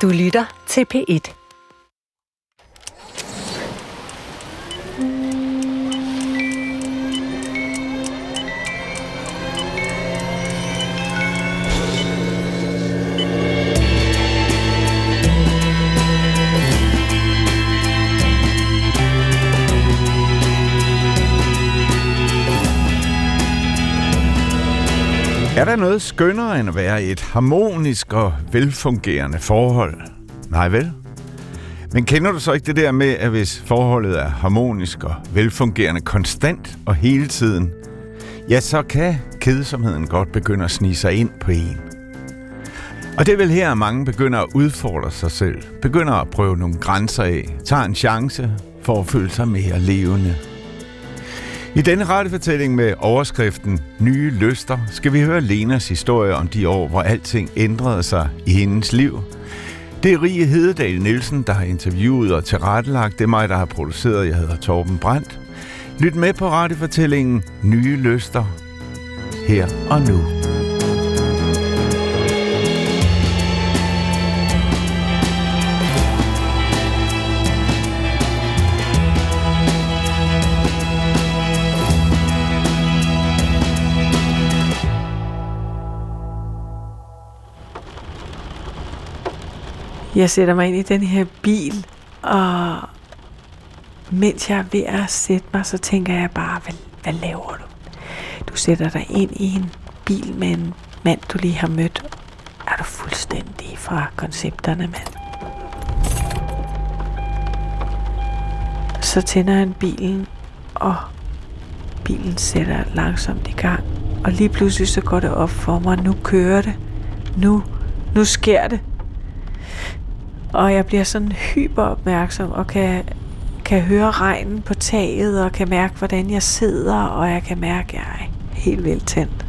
Du lytter til P1. Er der noget skønnere end at være i et harmonisk og velfungerende forhold? Nej vel? Men kender du så ikke det der med, at hvis forholdet er harmonisk og velfungerende konstant og hele tiden, ja, så kan kedsomheden godt begynde at snige sig ind på en. Og det er vel her, at mange begynder at udfordre sig selv, begynder at prøve nogle grænser af, tager en chance for at føle sig mere levende. I denne radiofortælling med overskriften Nye Lyster skal vi høre Lenas historie om de år, hvor alting ændrede sig i hendes liv. Det er Rie Hededahl Nielsen, der har interviewet og tilrettelagt. Det er mig, der har produceret. Jeg hedder Torben Brandt. Lyt med på radiofortællingen Nye Lyster her og nu. Jeg sætter mig ind i den her bil, og mens jeg er ved at sætte mig, så tænker jeg bare, hvad laver du? Du sætter dig ind i en bil med en mand, du lige har mødt. Er du fuldstændig fra koncepterne, mand? Så tænder han bilen, og bilen sætter langsomt i gang. Og lige pludselig så går det op for mig, nu kører det. Nu sker det. Og jeg bliver sådan hyperopmærksom og kan høre regnen på taget og kan mærke, hvordan jeg sidder, og jeg kan mærke, at jeg er helt vildt tændt.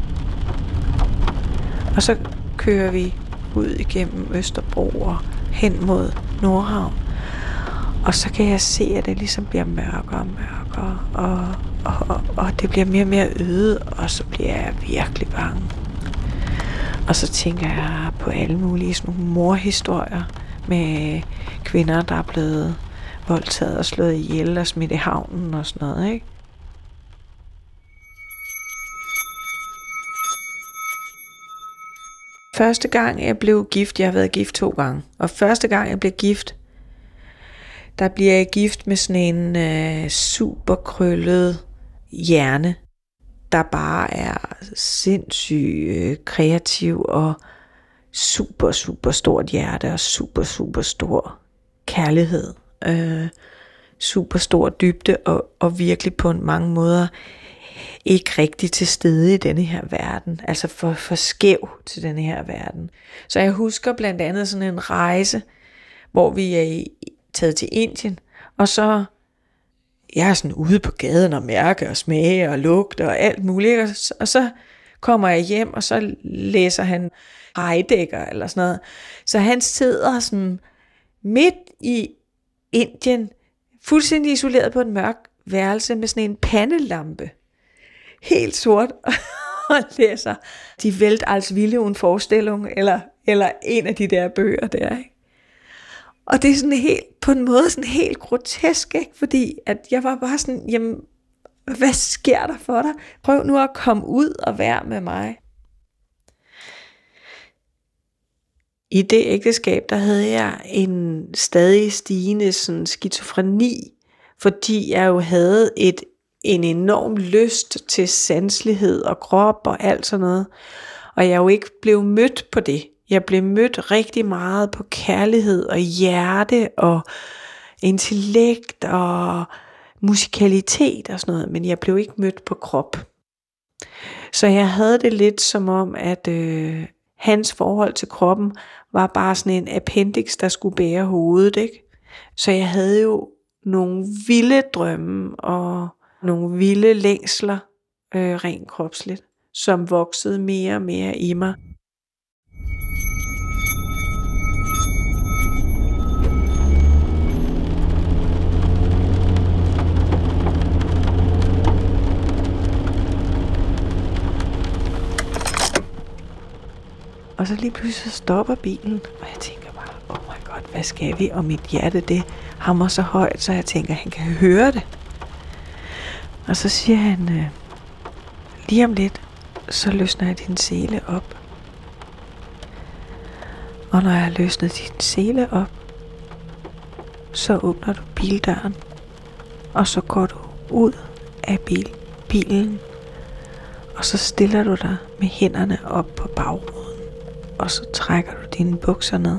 Og så kører vi ud igennem Østerbro og hen mod Nordhavn. Og så kan jeg se, at det ligesom bliver mørkere og mørkere, og det bliver mere og mere øde, og så bliver jeg virkelig bange. Og så tænker jeg på alle mulige sådan nogle morhistorier med kvinder, der er blevet voldtaget og slået ihjel og smidt i havnen og sådan noget, ikke? Første gang jeg blev gift, jeg har været gift 2 gange, og første gang jeg blev gift, der bliver jeg gift med sådan en super krøllet hjerne, der bare er sindssygt kreativ og super, super stort hjerte og super, super stor kærlighed. Super stor dybde og virkelig på mange måder ikke rigtig til stede i denne her verden. Altså for skæv til denne her verden. Så jeg husker blandt andet sådan en rejse, hvor vi er taget til Indien, og så jeg er sådan ude på gaden og mærke og smage og lugte og alt muligt. Og så kommer jeg hjem, og så læser han Heidegger eller sådan noget. Så han sidder sådan midt i Indien, fuldstændig isoleret på en mørk værelse med sådan en pandelampe. Helt sort, og læser Die Welt als Wille und Vorstellung, eller en af de der bøger der, ikke? Og det er sådan helt, på en måde sådan helt grotesk, ikke? Fordi at jeg var bare sådan, jamen, hvad sker der for dig? Prøv nu at komme ud og være med mig. I det ægteskab, der havde jeg en stadig stigende sådan skizofreni, fordi jeg jo havde en enorm lyst til sanselighed og krop og alt sådan noget. Og jeg jo ikke blev mødt på det. Jeg blev mødt rigtig meget på kærlighed og hjerte og intellekt og musikalitet og sådan noget, men jeg blev ikke mødt på krop. Så jeg havde det lidt som om, at hans forhold til kroppen var bare sådan en appendix, der skulle bære hovedet, ikke? Så jeg havde jo nogle vilde drømme og nogle vilde længsler, rent kropsligt, som voksede mere og mere i mig. Og så lige pludselig så stopper bilen, og jeg tænker bare, godt, hvad skal vi? Og mit hjerte, det hamrer så højt, så jeg tænker, han kan høre det. Og så siger han, lige om lidt, så løsner jeg din sele op. Og når jeg har løsnet din sele op, så åbner du bildøren, og så går du ud af bilen, og så stiller du dig med hænderne op på bagruden, og så trækker du dine bukser ned.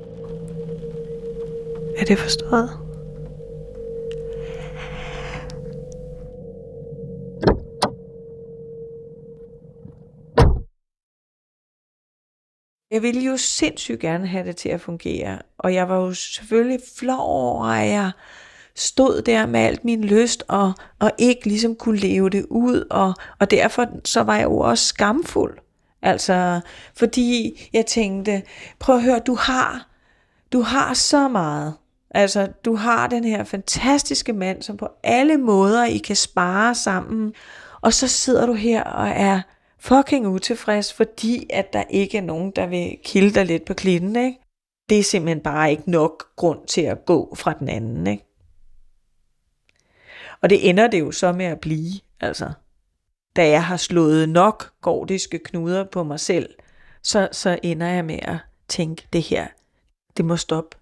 Er det forstået? Jeg ville jo sindssygt gerne have det til at fungere, og jeg var jo selvfølgelig flov over, at jeg stod der med alt min lyst, og ikke ligesom kunne leve det ud, og derfor så var jeg jo også skamfuld. Altså, fordi jeg tænkte, prøv at høre, du har så meget. Altså, du har den her fantastiske mand, som på alle måder I kan spare sammen, og så sidder du her og er fucking utilfreds, fordi at der ikke er nogen, der vil kilde dig lidt på klitten, ikke? Det er simpelthen bare ikke nok grund til at gå fra den anden, ikke? Og det ender det jo så med at blive, altså. Da jeg har slået nok gordiske knuder på mig selv, så ender jeg med at tænke, det her, det må stoppe.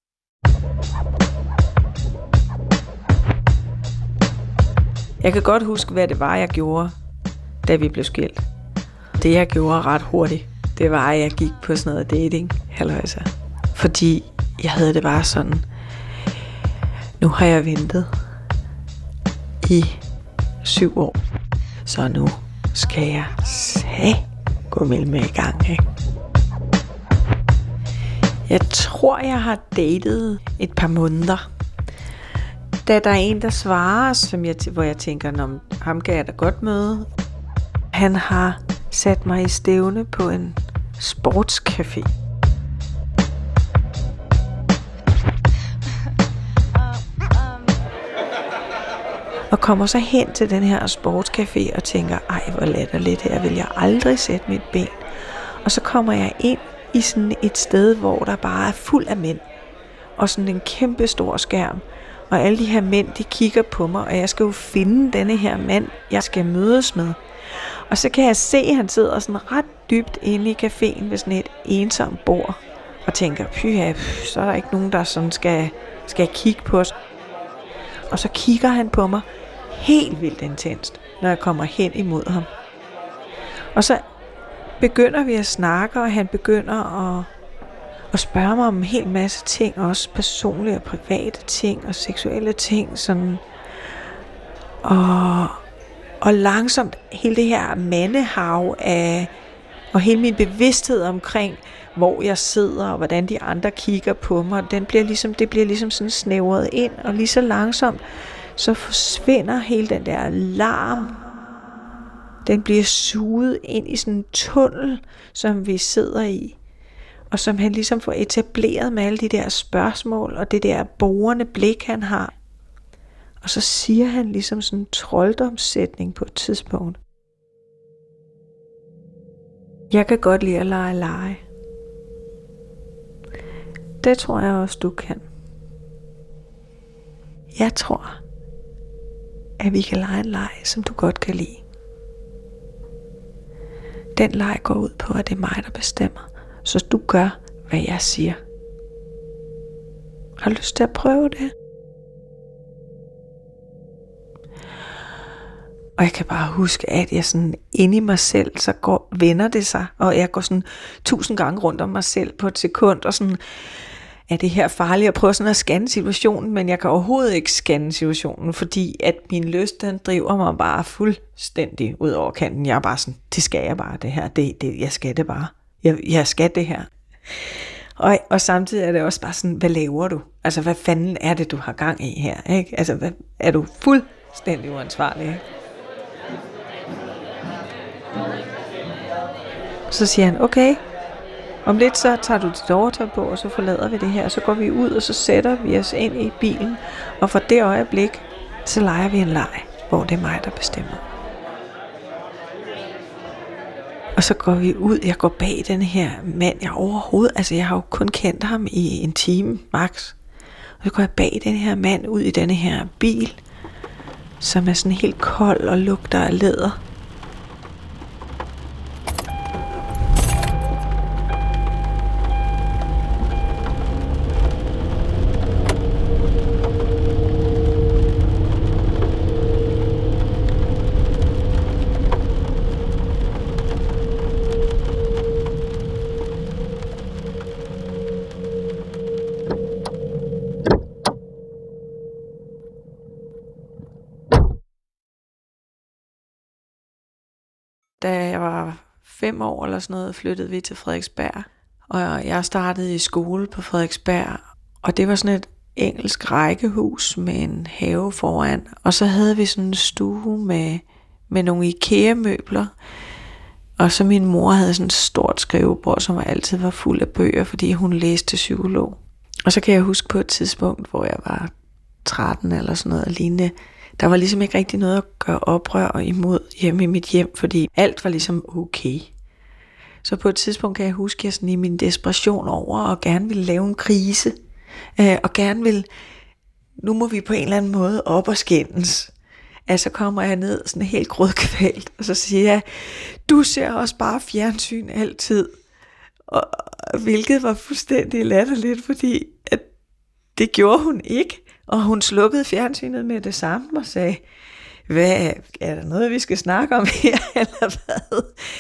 Jeg kan godt huske, hvad det var, jeg gjorde, da vi blev skilt. Det jeg gjorde ret hurtigt, det var, at jeg gik på sådan noget dating, halløjsa. Fordi jeg havde det bare sådan, nu har jeg ventet i 7 år, så nu skal jeg gå med i gang, ikke? Jeg tror, jeg har datet et par måneder. Da der er en, der svarer, hvor jeg tænker, ham kan jeg da godt møde. Han har sat mig i stævne på en sportscafé. Og kommer så hen til den her sportscafé og tænker, ej hvor latterligt, her vil jeg aldrig sætte mit ben. Og så kommer jeg ind i sådan et sted, hvor der bare er fuld af mænd. Og sådan en kæmpe stor skærm. Og alle de her mænd, de kigger på mig, og jeg skal jo finde denne her mand, jeg skal mødes med. Og så kan jeg se, at han sidder sådan ret dybt inde i caféen ved sådan et ensomt bord. Og tænker, så er der ikke nogen, der sådan skal kigge på os. Og så kigger han på mig helt vildt intenst, når jeg kommer hen imod ham. Og så begynder vi at snakke, og han begynder at spørge mig om en hel masse ting, også personlige og private ting og seksuelle ting, sådan. Og langsomt hele det her mandehav af, og hele min bevidsthed omkring, hvor jeg sidder og hvordan de andre kigger på mig, det bliver ligesom sådan snævret ind, og lige så langsomt så forsvinder hele den der larm. Den bliver suget ind i sådan en tunnel, som vi sidder i, og som han ligesom får etableret med alle de der spørgsmål og det der borende blik han har. Og så siger han ligesom sådan en trolddomssætning på et tidspunkt. Jeg kan godt lide at lege. Det tror jeg også, du kan. Jeg tror, at vi kan lege en leg, som du godt kan lide. Den leg går ud på, at det er mig, der bestemmer, så du gør, hvad jeg siger. Har du lyst til at prøve det? Og jeg kan bare huske, at jeg sådan inde i mig selv, så vender det sig, og jeg går sådan 1000 gange rundt om mig selv på et sekund, og sådan, er det her farligt at prøve sådan at scanne situationen, men jeg kan overhovedet ikke scanne situationen, fordi at min lyst, den driver mig bare fuldstændig ud over kanten. Jeg er bare sådan, det skal jeg bare, det her, jeg skal det bare. Jeg skal det her. Og samtidig er det også bare sådan, hvad laver du? Altså, hvad fanden er det, du har gang i her? Ikke? Altså, er du fuldstændig uansvarlig? Ikke? Så siger han, okay, om lidt så tager du dit overtøj på, og så forlader vi det her, og så går vi ud, og så sætter vi os ind i bilen, og fra det øjeblik, så leger vi en leg, hvor det er mig, der bestemmer. Og så går vi ud, jeg går bag den her mand, jeg har jo kun kendt ham i en time, max. Og så går jeg bag den her mand ud i denne her bil, som er sådan helt kold og lugter af læder. Da jeg var 5 år eller sådan noget, flyttede vi til Frederiksberg. Og jeg startede i skole på Frederiksberg. Og det var sådan et engelsk rækkehus med en have foran. Og så havde vi sådan en stue med nogle IKEA-møbler. Og så min mor havde sådan et stort skrivebord, som altid var fuld af bøger, fordi hun læste til psykolog. Og så kan jeg huske på et tidspunkt, hvor jeg var 13 eller sådan noget lignende. Der var ligesom ikke rigtig noget at gøre oprør imod hjemme i mit hjem, fordi alt var ligesom okay. Så på et tidspunkt kan jeg huske, at jeg sådan i min desperation over og gerne ville lave en krise. Og gerne ville, nu må vi på en eller anden måde op og skændes. Altså kommer jeg ned sådan helt grødkvalt, og så siger jeg, du ser også bare fjernsyn altid. Og hvilket var fuldstændig latterligt, fordi at det gjorde hun ikke. Og hun slukkede fjernsynet med det samme og sagde, hvad, er der noget, vi skal snakke om her, eller hvad?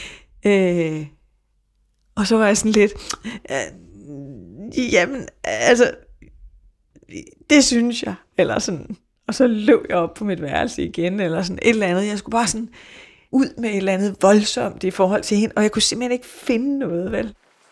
Og så var jeg sådan lidt, jamen, altså, det synes jeg, eller sådan. Og så løb jeg op på mit værelse igen, eller sådan et eller andet. Jeg skulle bare sådan ud med et eller andet voldsomt i forhold til hende, og jeg kunne simpelthen ikke finde noget, vel?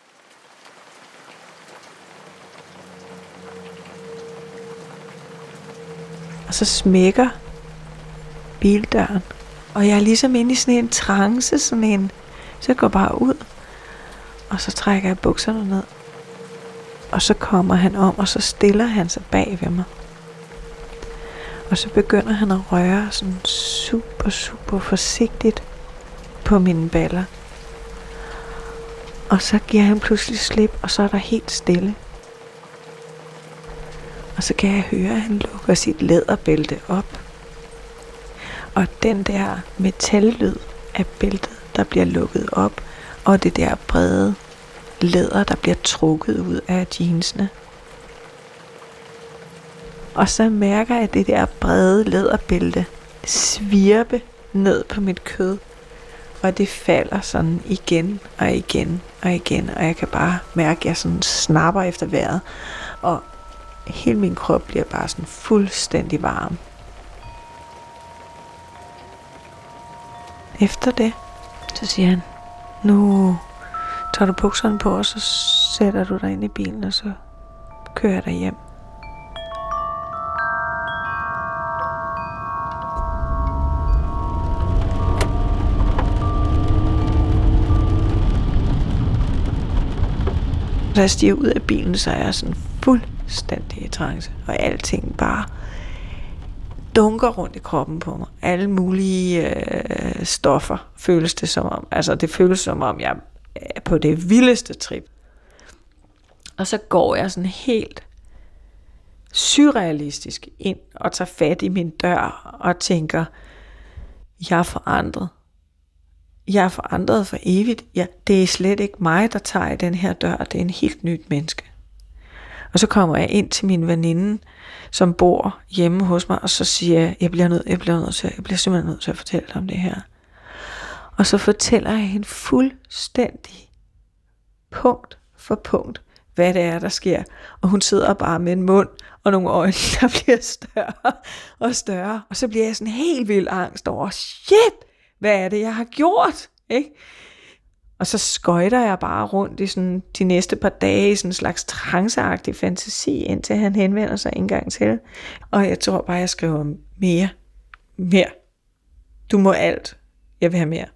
Og så smækker bildøren, og jeg er ligesom inde i sådan en trance, så jeg går bare ud, og så trækker jeg bukserne ned. Og så kommer han om, og så stiller han sig bag ved mig. Og så begynder han at røre sådan super, super forsigtigt på mine baller. Og så giver han pludselig slip, og så er der helt stille. Og så kan jeg høre, at han lukker sit læderbælte op. Og den der metallyd af bæltet, der bliver lukket op, og det der brede læder, der bliver trukket ud af jeansene. Og så mærker jeg det der brede læderbælte svirpe ned på mit kød. Og det falder sådan igen og igen og igen. Og jeg kan bare mærke, at jeg sådan snapper efter vejret. Og hele min krop bliver bare sådan fuldstændig varm. Efter det, så siger han, nu tager du bukserne på, og så sætter du dig ind i bilen, og så kører jeg dig hjem. Da jeg stiger ud af bilen, så er jeg sådan fuldstændig i trance, og alting bare dunker rundt i kroppen på mig. Alle mulige stoffer føles det som om. Altså det føles som om, jeg er på det vildeste trip. Og så går jeg sådan helt surrealistisk ind og tager fat i min dør og tænker, jeg er forandret. Jeg er forandret for evigt. Ja, det er slet ikke mig, der tager i den her dør. Det er en helt nyt menneske. Og så kommer jeg ind til min veninde, som bor hjemme hos mig, og så siger jeg, jeg bliver simpelthen nødt til at fortælle dig om det her. Og så fortæller jeg hende fuldstændig punkt for punkt, hvad det er, der sker. Og hun sidder bare med en mund og nogle øjne, der bliver større og større. Og så bliver jeg sådan helt vildt angst over, shit, hvad er det, jeg har gjort? Ikke? Og så skøjter jeg bare rundt i sådan de næste par dage i sådan en slags tranceagtig fantasi, indtil han henvender sig en gang til. Og jeg tror bare, jeg skriver mere. Du må alt. Jeg vil have mere.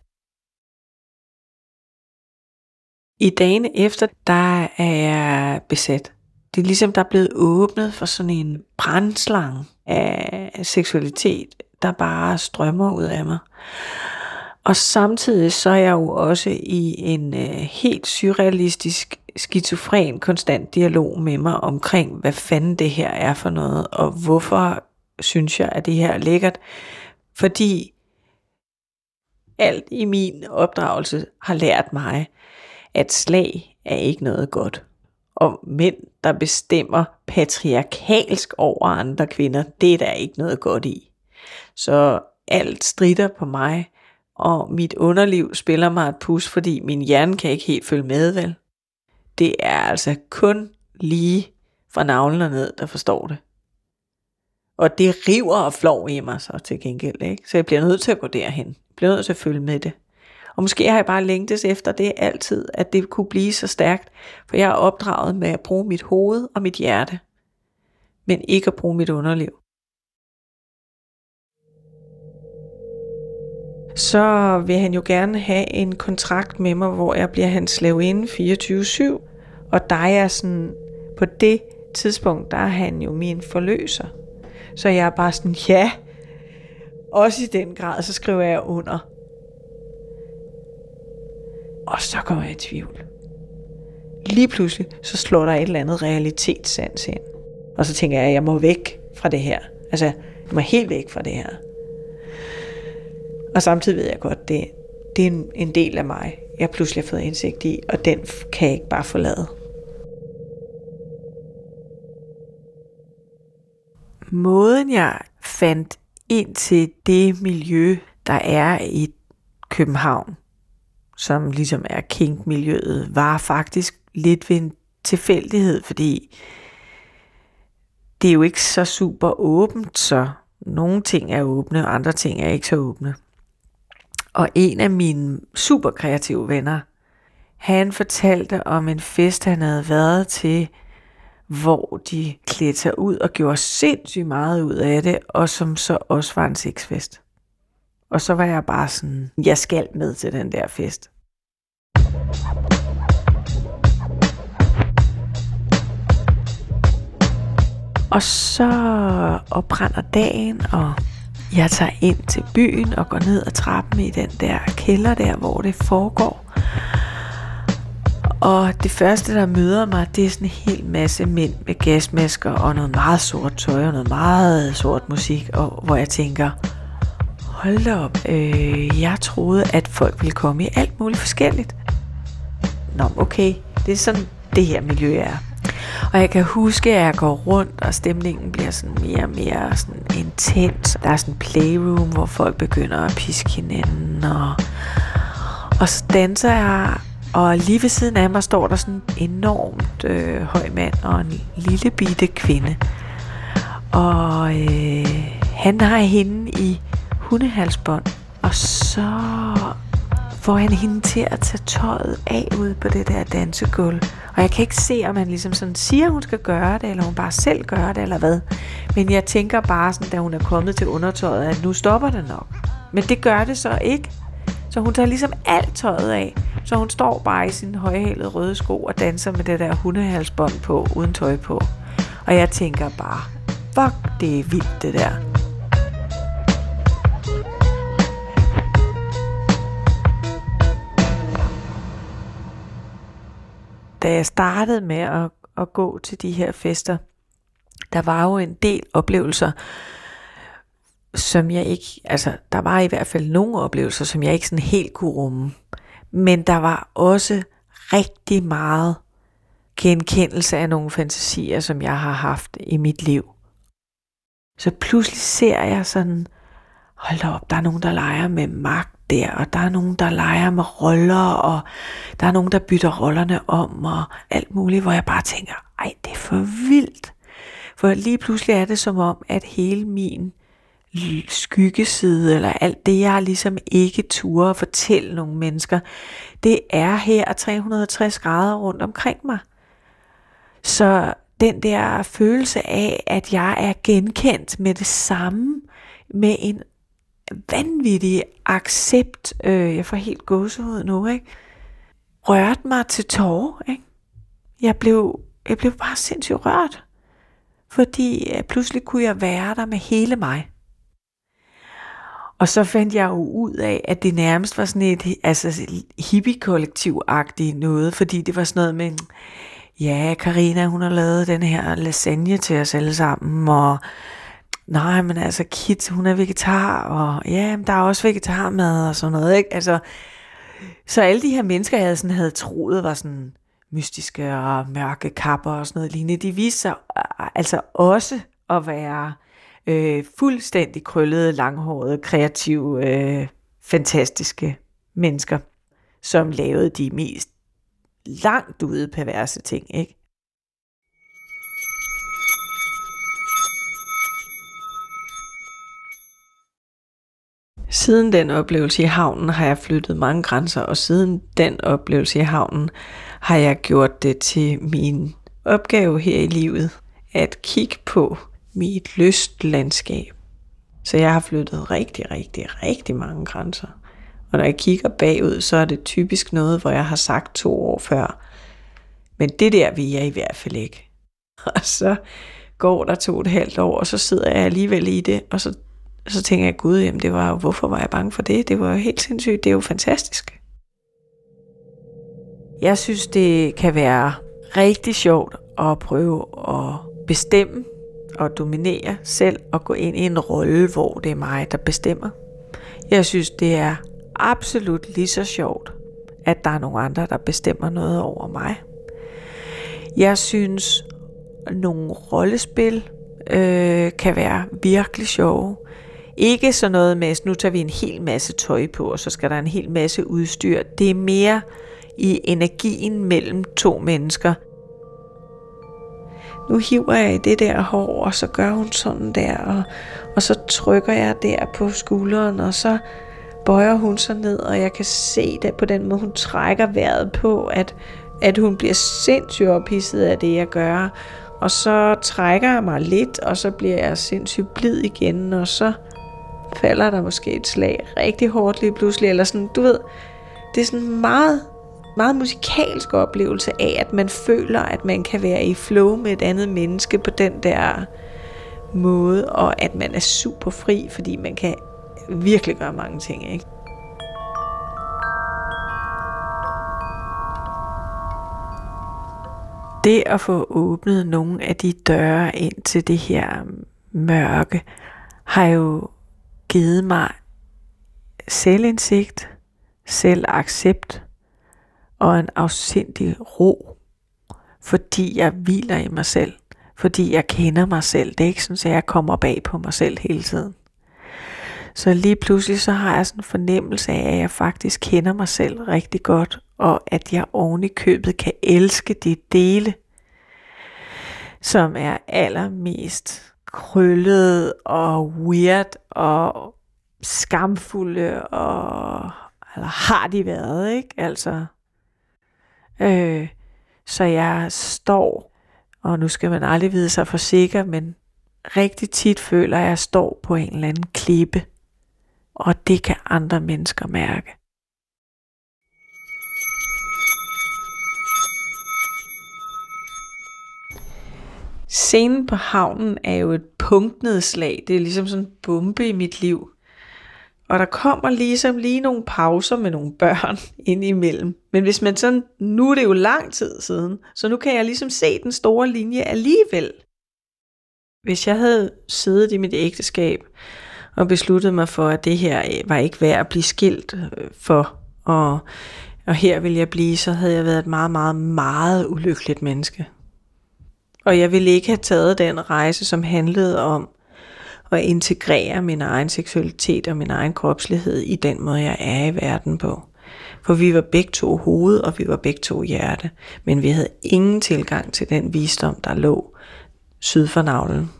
I dagene efter, der er jeg besat. Det er ligesom, der er blevet åbnet for sådan en brandslange af seksualitet, der bare strømmer ud af mig. Og samtidig så er jeg jo også i en helt surrealistisk, skizofren, konstant dialog med mig omkring, hvad fanden det her er for noget, og hvorfor synes jeg, at det her er lækkert. Fordi alt i min opdragelse har lært mig, at slag er ikke noget godt. Og mænd, der bestemmer patriarkalsk over andre kvinder, det er der ikke noget godt i. Så alt stritter på mig, og mit underliv spiller mig et pus, fordi min hjerne kan ikke helt følge med, vel? Det er altså kun lige fra navlen og ned, der forstår det. Og det river og flår i mig så til gengæld, ikke? Så jeg bliver nødt til at gå derhen. Jeg bliver nødt til at følge med det. Og måske har jeg bare længtes efter det altid, at det kunne blive så stærkt, for jeg er opdraget med at bruge mit hoved og mit hjerte, men ikke at bruge mit underliv. Så vil han jo gerne have en kontrakt med mig, hvor jeg bliver hans slavinde 24/7, og der er sådan, på det tidspunkt, der er han jo min forløser. Så jeg er bare sådan, ja, også i den grad, så skriver jeg under. Og så kommer jeg i tvivl. Lige pludselig, så slår der et eller andet realitetssans ind. Og så tænker jeg må væk fra det her. Altså, jeg må helt væk fra det her. Og samtidig ved jeg godt, det er en del af mig, jeg pludselig har fået indsigt i, og den kan jeg ikke bare forlade. Måden jeg fandt ind til det miljø, der er i København, som ligesom er kink-miljøet, var faktisk lidt ved en tilfældighed, fordi det er jo ikke så super åbent, så nogle ting er åbne, og andre ting er ikke så åbne. Og en af mine super kreative venner, han fortalte om en fest, han havde været til, hvor de klædte sig ud og gjorde sindssygt meget ud af det, og som så også var en sexfest. Og så var jeg bare sådan, jeg skal med til den der fest. Og så opbrænder dagen, og jeg tager ind til byen og går ned ad trappen i den der kælder der, hvor det foregår. Og det første, der møder mig, det er sådan en hel masse mænd med gasmasker og noget meget sort tøj og noget meget sort musik, og hvor jeg tænker, hold da op, jeg troede, at folk ville komme i alt muligt forskelligt. Nå, okay, det er sådan, det her miljø er. Og jeg kan huske, at jeg går rundt, og stemningen bliver sådan mere og mere sådan intens. Der er sådan en playroom, hvor folk begynder at piske hinanden, og så danser jeg, og lige ved siden af mig står der sådan en enormt høj mand og en lille bitte kvinde. Og han har hende i hundehalsbånd, og så får han hende til at tage tøjet af ude på det der dansegulv. Og jeg kan ikke se, om han ligesom sådan siger, at hun skal gøre det, eller hun bare selv gør det, eller hvad. Men jeg tænker bare sådan, da hun er kommet til undertøjet, at nu stopper det nok. Men det gør det så ikke. Så hun tager ligesom alt tøjet af. Så hun står bare i sine højhælede røde sko og danser med det der hundehalsbånd på, uden tøj på. Og jeg tænker bare, fuck, det er vildt det der. Da jeg startede med at gå til de her fester, der var jo en del oplevelser, som jeg ikke, altså der var i hvert fald nogle oplevelser, som jeg ikke sådan helt kunne rumme. Men der var også rigtig meget genkendelse af nogle fantasier, som jeg har haft i mit liv. Så pludselig ser jeg sådan, hold da op, der er nogen, der leger med magt der, og der er nogen, der leger med roller, og der er nogen, der bytter rollerne om, og alt muligt, hvor jeg bare tænker, ej, det er for vildt. For lige pludselig er det som om, at hele min skyggeside, eller alt det, jeg ligesom ikke turde at fortælle nogle mennesker, det er her 360 grader rundt omkring mig. Så den der følelse af, at jeg er genkendt med det samme, med en vanvittig accept, jeg får helt gåsehud nu, ikke? Rørte mig til tårer, ikke? Jeg blev bare sindssygt rørt, fordi pludselig kunne jeg være der med hele mig. Og så fandt jeg jo ud af, at det nærmest var sådan et hippie-kollektiv-agtigt noget, fordi det var sådan noget med, ja, Karina, hun har lavet den her lasagne til os alle sammen, og nej, men altså Kit, hun er vegetar, og ja, der er også vegetarmad og sådan noget, ikke? Altså, så alle de her mennesker, jeg havde troet, var sådan mystiske og mørke kapper og sådan noget lignende, de viste sig altså også at være fuldstændig krøllede, langhårede, kreative, fantastiske mennesker, som lavede de mest langt ude perverse ting, ikke? Siden den oplevelse i havnen har jeg flyttet mange grænser, og siden den oplevelse i havnen har jeg gjort det til min opgave her i livet at kigge på mit lystlandskab. Så jeg har flyttet rigtig, rigtig, rigtig mange grænser. Og når jeg kigger bagud, så er det typisk noget, hvor jeg har sagt 2 år før. Men det der vil jeg i hvert fald ikke. Og så går der 2,5 år, og så sidder jeg alligevel i det, og så tænker jeg, gud, jamen det var jo, hvorfor var jeg bange for det? Det var jo helt sindssygt, det er jo fantastisk. Jeg synes, det kan være rigtig sjovt at prøve at bestemme og dominere selv og gå ind i en rolle, hvor det er mig, der bestemmer. Jeg synes, det er absolut lige så sjovt, at der er nogle andre, der bestemmer noget over mig. Jeg synes, nogle rollespil kan være virkelig sjove. Ikke sådan noget med, nu tager vi en hel masse tøj på, og så skal der en hel masse udstyr. Det er mere i energien mellem 2 mennesker. Nu hiver jeg i det der hår, og så gør hun sådan der, og så trykker jeg der på skulderen, og så bøjer hun sig ned, og jeg kan se det på den måde, hun trækker vejret på, at hun bliver sindssygt ophidset af det, jeg gør. Og så trækker jeg mig lidt, og så bliver jeg sindssygt blid igen, og så falder der måske et slag rigtig hårdt lige pludselig, eller sådan, du ved, det er sådan en meget, meget musikalsk oplevelse af, at man føler, at man kan være i flow med et andet menneske på den der måde, og at man er super fri, fordi man kan virkelig gøre mange ting, ikke? Det at få åbnet nogle af de døre ind til det her mørke, har jo givet mig selvindsigt, selvaccept og en afsindig ro, fordi jeg hviler i mig selv, fordi jeg kender mig selv. Det er ikke sådan, at jeg kommer bag på mig selv hele tiden. Så lige pludselig så har jeg sådan en fornemmelse af, at jeg faktisk kender mig selv rigtig godt, og at jeg oven i købet kan elske de dele, som er allermest krøllede og weird og skamfulde, og eller har de været, ikke? Altså, så jeg står, og nu skal man aldrig vide sig for sikker, men rigtig tit føler jeg, at jeg står på en eller anden klippe, og det kan andre mennesker mærke. Scenen på havnen er jo et punktnedslag. Det er ligesom sådan en bombe i mit liv. Og der kommer ligesom lige nogle pauser med nogle børn indimellem. Men hvis man sådan, nu er det jo lang tid siden, så nu kan jeg ligesom se den store linje alligevel. Hvis jeg havde siddet i mit ægteskab og besluttet mig for, at det her var ikke værd at blive skilt for, og her vil jeg blive, så havde jeg været et meget, meget, meget ulykkeligt menneske. Og jeg ville ikke have taget den rejse, som handlede om at integrere min egen seksualitet og min egen kropslighed i den måde, jeg er i verden på. For vi var begge 2 hoved, og vi var begge 2 hjerte, men vi havde ingen tilgang til den visdom, der lå syd for navlen.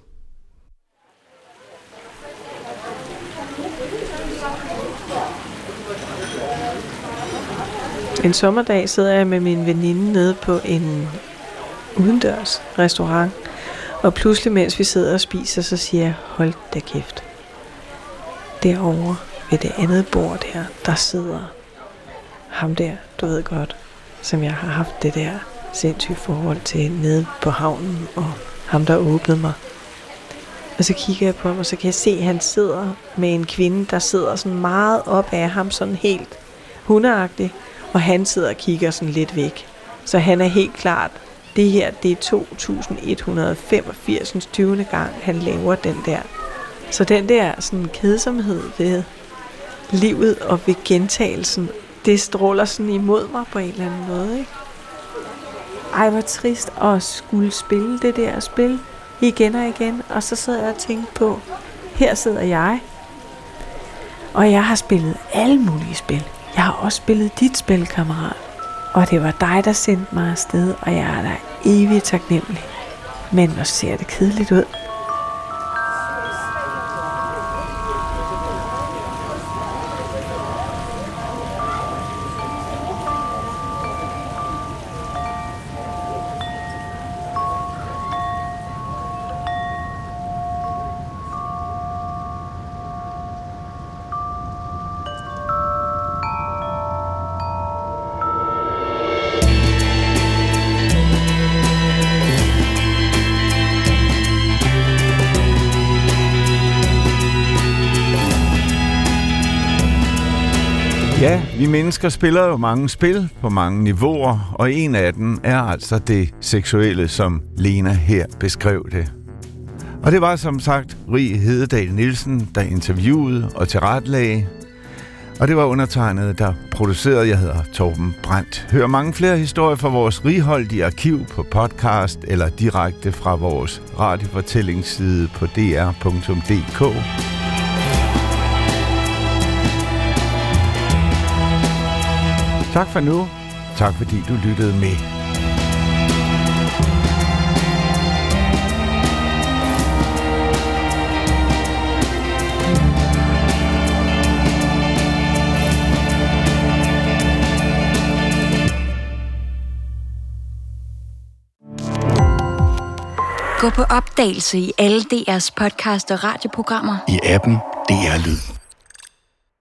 En sommerdag sidder jeg med min veninde nede på en udendørs restaurant, og pludselig, mens vi sidder og spiser, så siger jeg, hold da kæft. Derovre ved det andet bord der sidder ham der, du ved godt, som jeg har haft det der sindssygt forhold til nede på havnen, og ham der åbnede mig. Og så kigger jeg på ham, og så kan jeg se, at han sidder med en kvinde, der sidder sådan meget op af ham, sådan helt hundeagtig. Og han sidder og kigger sådan lidt væk. Så han er helt klart, det her, det er 2185. 20. gang, han laver den der. Så den der sådan kedsomhed ved livet og ved gentagelsen, det stråler sådan imod mig på en eller anden måde, ikke? Ej, hvor trist at skulle spille det der spil igen og igen. Og så sidder jeg og tænker på, her sidder jeg, og jeg har spillet alle mulige spil. Jeg har også spillet dit spil, kammerat. Og det var dig, der sendte mig afsted, og jeg er da evigt taknemmelig. Men hvor ser det kedeligt ud. Ja, vi mennesker spiller jo mange spil på mange niveauer, og en af dem er altså det seksuelle, som Lena her beskrev det. Og det var som sagt Rie Hededahl Nielsen, der interviewede og tilrettelagde. Og det var undertegnet, der producerede. Jeg hedder Torben Brandt. Hør mange flere historier fra vores righoldige arkiv på podcast eller direkte fra vores radiofortællingsside på dr.dk. Tak for nu. Tak fordi du lyttede med. Gå på opdagelse i alle DR's podcast og radioprogrammer. I appen DR Lyd.